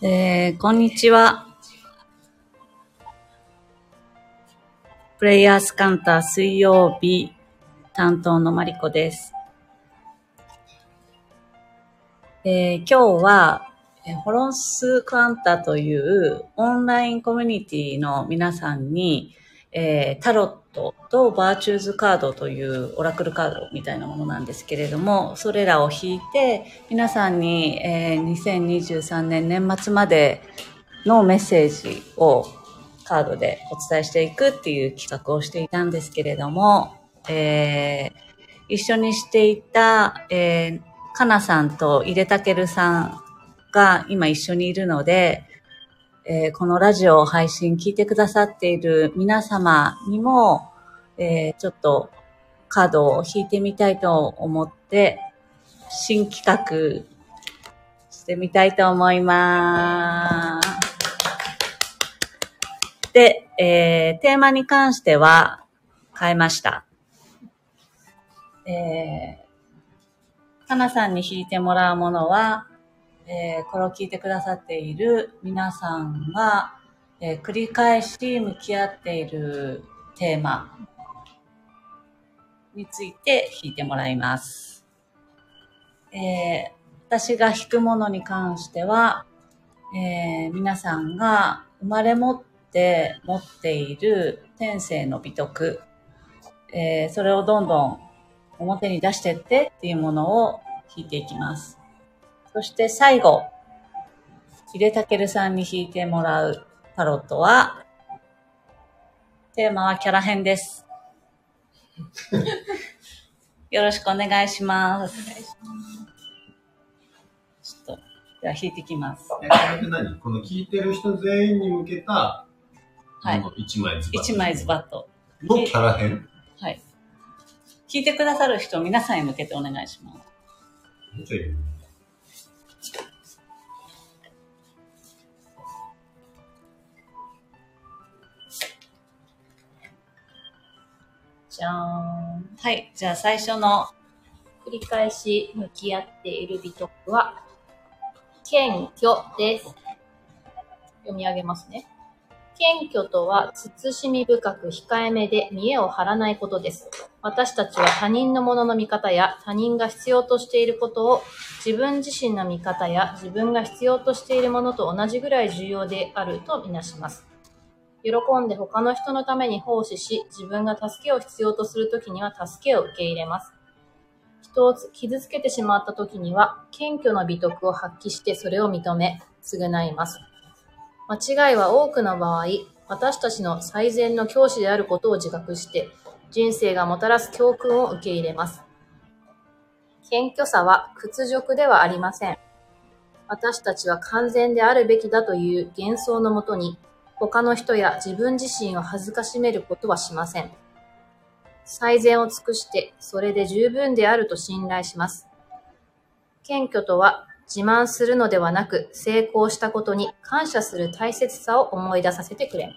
こんにちは。プレイヤースカウンター水曜日担当のマリコです。今日はホロンスクワンタというオンラインコミュニティの皆さんに、タロットとバーチューズカードというオラクルカードみたいなものなんですけれども、それらを引いて皆さんに、2023年年末までのメッセージをカードでお伝えしていくっていう企画をしていたんですけれども、一緒にしていた、かなさんと井出たけるさんが今一緒にいるので、このラジオを配信聞いてくださっている皆様にも、ちょっとカードを引いてみたいと思って新企画してみたいと思います。で、テーマに関しては変えました。かなさんに弾いてもらうものは、これを聞いてくださっている皆さんが、繰り返し向き合っているテーマについて弾いてもらいます。私が弾くものに関しては、皆さんが生まれ持って持っている天性の美徳、それをどんどん表に出してってっていうものを弾いていきます。そして最後、井出たけるさんに弾いてもらうタロットは、テーマはキャラ編です。よろしくお願いします。ちょっと、では弾いていきます。 これって何？この聞いてる人全員に向けた、 はい。 1枚ズバッと。 1枚ズバッと。 のキャラ編？ はい。聞いてくださる人、皆さんに向けてお願いします。じゃーん。はい。じゃあ最初の繰り返し向き合っている美徳は、謙虚です。読み上げますね。謙虚とは、慎み深く控えめで見栄を張らないことです。私たちは他人のものの見方や他人が必要としていることを自分自身の見方や自分が必要としているものと同じぐらい重要であるとみなします。喜んで他の人のために奉仕し、自分が助けを必要とするときには助けを受け入れます。人を傷つけてしまったときには、謙虚の美徳を発揮してそれを認め、償います。間違いは多くの場合、私たちの最善の教師であることを自覚して、人生がもたらす教訓を受け入れます。謙虚さは屈辱ではありません。私たちは完全であるべきだという幻想のもとに、他の人や自分自身を恥ずかしめることはしません。最善を尽くして、それで十分であると信頼します。謙虚とは、自慢するのではなく、成功したことに感謝する大切さを思い出させてくれます。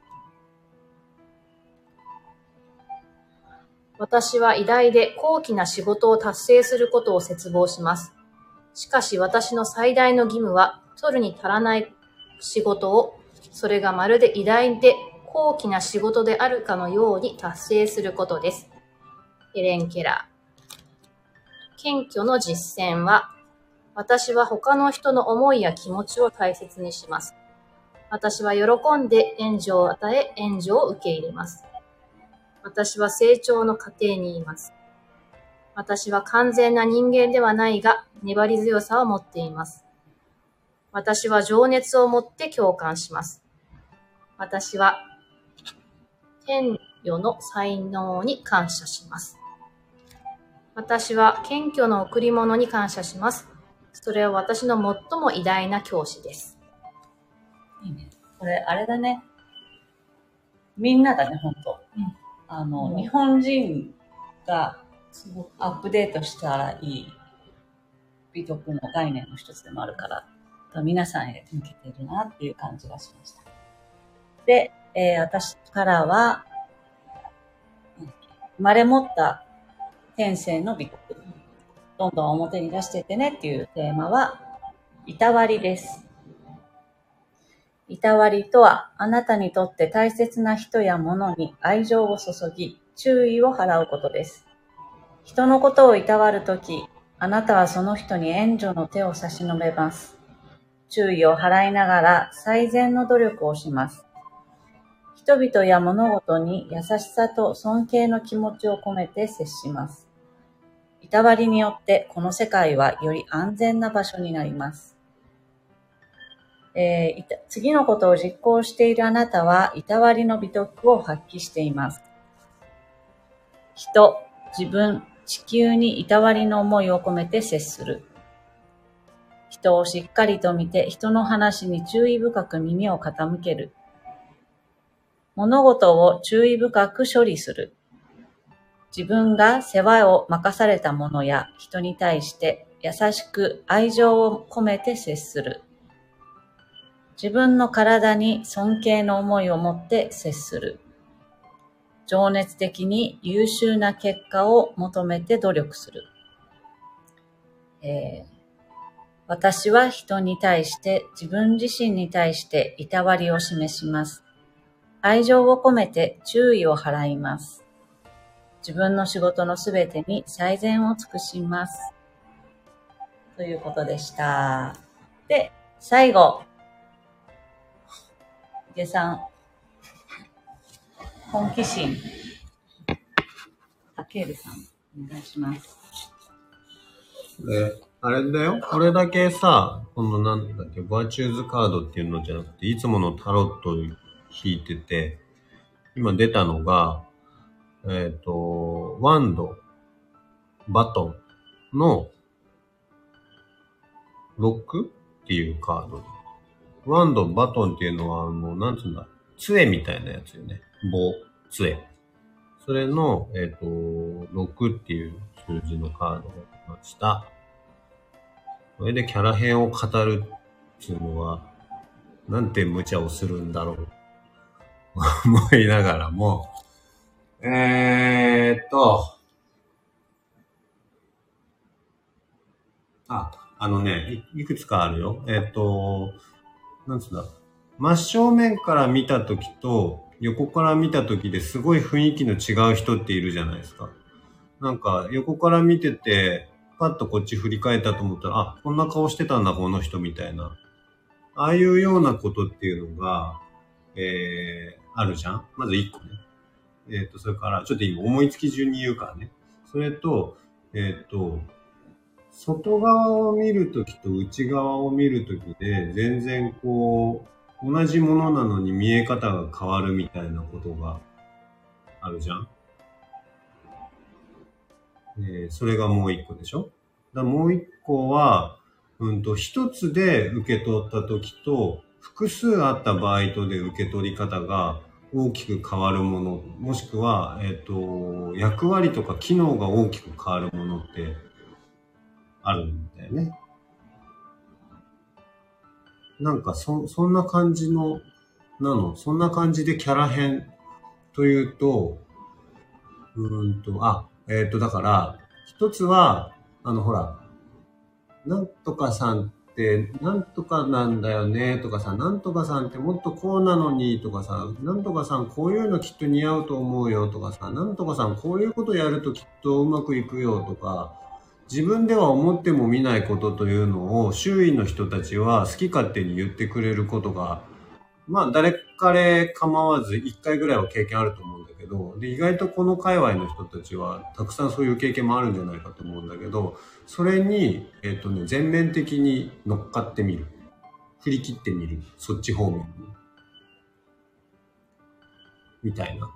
私は偉大で高貴な仕事を達成することを切望します。しかし私の最大の義務は、取るに足らない仕事を、それがまるで偉大で高貴な仕事であるかのように達成することです。ヘレン・ケラー。謙虚の実践は、私は他の人の思いや気持ちを大切にします。私は喜んで援助を与え、援助を受け入れます。私は成長の過程にいます。私は完全な人間ではないが、粘り強さを持っています。私は情熱を持って共感します。私は謙虚の才能に感謝します。私は謙虚の贈り物に感謝します。それは私の最も偉大な教師です。 いいね。これ、あれだね。みんなだね、ほんと。日本人がアップデートしたらいい美徳の概念の一つでもあるから、皆さんへ向けているなっていう感じがしました。で、私からは、生まれ持った天性の美徳。どんどん表に出していってねっていうテーマは、いたわりです。 いたわりとは、あなたにとって大切な人や物に愛情を注ぎ、注意を払うことです。人のことをいたわるとき、あなたはその人に援助の手を差し伸べます。注意を払いながら最善の努力をします。人々や物事に優しさと尊敬の気持ちを込めて接します。いたわりによってこの世界はより安全な場所になります。次のことを実行しているあなたはいたわりの美徳を発揮しています。人、自分、地球にいたわりの思いを込めて接する。人をしっかりと見て人の話に注意深く耳を傾ける。物事を注意深く処理する。自分が世話を任された者や人に対して優しく愛情を込めて接する。自分の体に尊敬の思いを持って接する。情熱的に優秀な結果を求めて努力する。私は人に対して自分自身に対していたわりを示します。愛情を込めて注意を払います。自分の仕事のすべてに最善を尽くします。ということでした。で、最後。池さん。本気心。たけるさん。お願いします。 あれだよ。これだけさ、なんだっけ、バーチューズカードっていうのじゃなくて、いつものタロットを引いてて、今出たのが、ワンド、バトンの6っていうカード。ワンド、バトンっていうのは、なんつうんだ、杖みたいなやつよね。棒、杖。それの、6っていう数字のカードが出ました。それでキャラ編を語るっていうのは、なんて無茶をするんだろう。思いながらも、いくつかあるよ。なんつうんだ。真正面から見たときと、横から見たときですごい雰囲気の違う人っているじゃないですか。なんか、横から見てて、パッとこっち振り返ったと思ったら、あ、こんな顔してたんだ、この人みたいな。ああいうようなことっていうのが、あるじゃん。まず1個ね。それから、ちょっと今思いつき順に言うからね。それと、外側を見るときと内側を見るときで、全然こう、同じものなのに見え方が変わるみたいなことがあるじゃん。それがもう一個でしょ。もう一個は、一つで受け取ったときと、複数あった場合とで受け取り方が大きく変わるもの、もしくは、役割とか機能が大きく変わるものってあるんだよね。なんかそんな感じの、そんな感じでキャラ編というと、だから、一つは、ほら、なんとかさんって、なんとかなんだよね、とかさ、なんとかさんってもっとこうなのに、とかさ、なんとかさんこういうのきっと似合うと思うよ、とかさ、なんとかさんこういうことやるときっとうまくいくよ、とか、自分では思っても見ないことというのを周囲の人たちは好き勝手に言ってくれることが、まあ誰彼構わず1回ぐらいは経験あると思うんだけど、で意外とこの界隈の人たちはたくさんそういう経験もあるんじゃないかと思うんだけど、それに全面的に乗っかってみる、振り切ってみる、そっち方面にみたい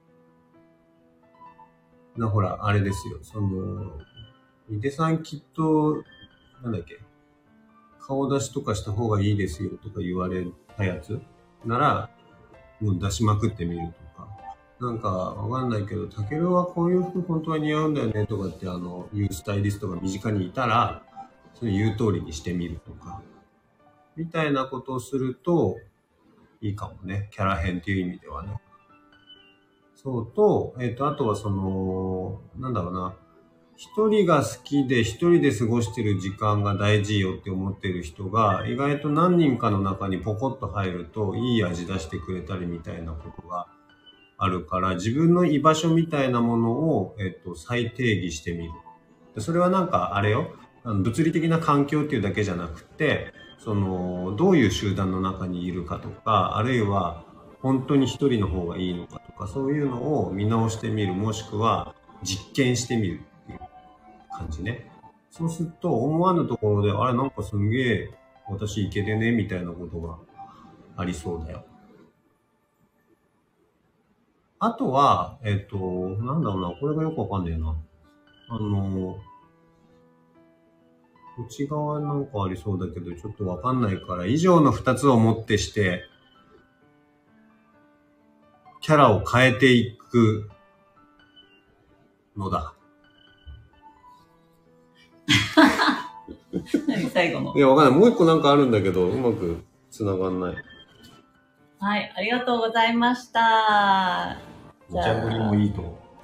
な。ほらあれですよ、井出さんきっとなんだっけ、顔出しとかした方がいいですよとか言われたやつなら、もう出しまくってみるとか。なんかわかんないけど、タケルはこういう服本当は似合うんだよねとかって言うスタイリストが身近にいたら、それ言う通りにしてみるとか。みたいなことをするといいかもね。キャラ編っていう意味ではね。そうと、あとはなんだろうな。 一人が好きで一人で過ごしてる時間が大事よって思ってる人が意外と何人かの中にポコッと入るといい味出してくれたりみたいなことがあるから、自分の居場所みたいなものを、再定義してみる。それはなんかあれよ、物理的な環境っていうだけじゃなくて、どういう集団の中にいるかとか、あるいは本当に一人の方がいいのかとか、そういうのを見直してみる、もしくは実験してみるっていう感じね。そうすると思わぬところで、あれなんかすんげえ私イケてねみたいなことがありそうだよ。あとは、なんだろうな、これがよくわかんねえな。内側なんかありそうだけど、ちょっとわかんないから、以上の2つをもってして、キャラを変えていくのだ。 何最後の。 いや、わかんない。もう一個なんかあるんだけど、うまく繋がんない。 はい、ありがとうございました。 無茶ぶりもいいと。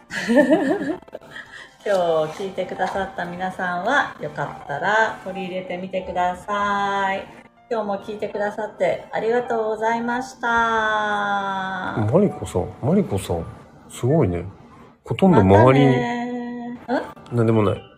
今日聞いてくださった皆さんはよかったら取り入れてみてください。今日も聞いてくださってありがとうございました。 マリコさん、すごいね。ほとんど周りに、なんでもない。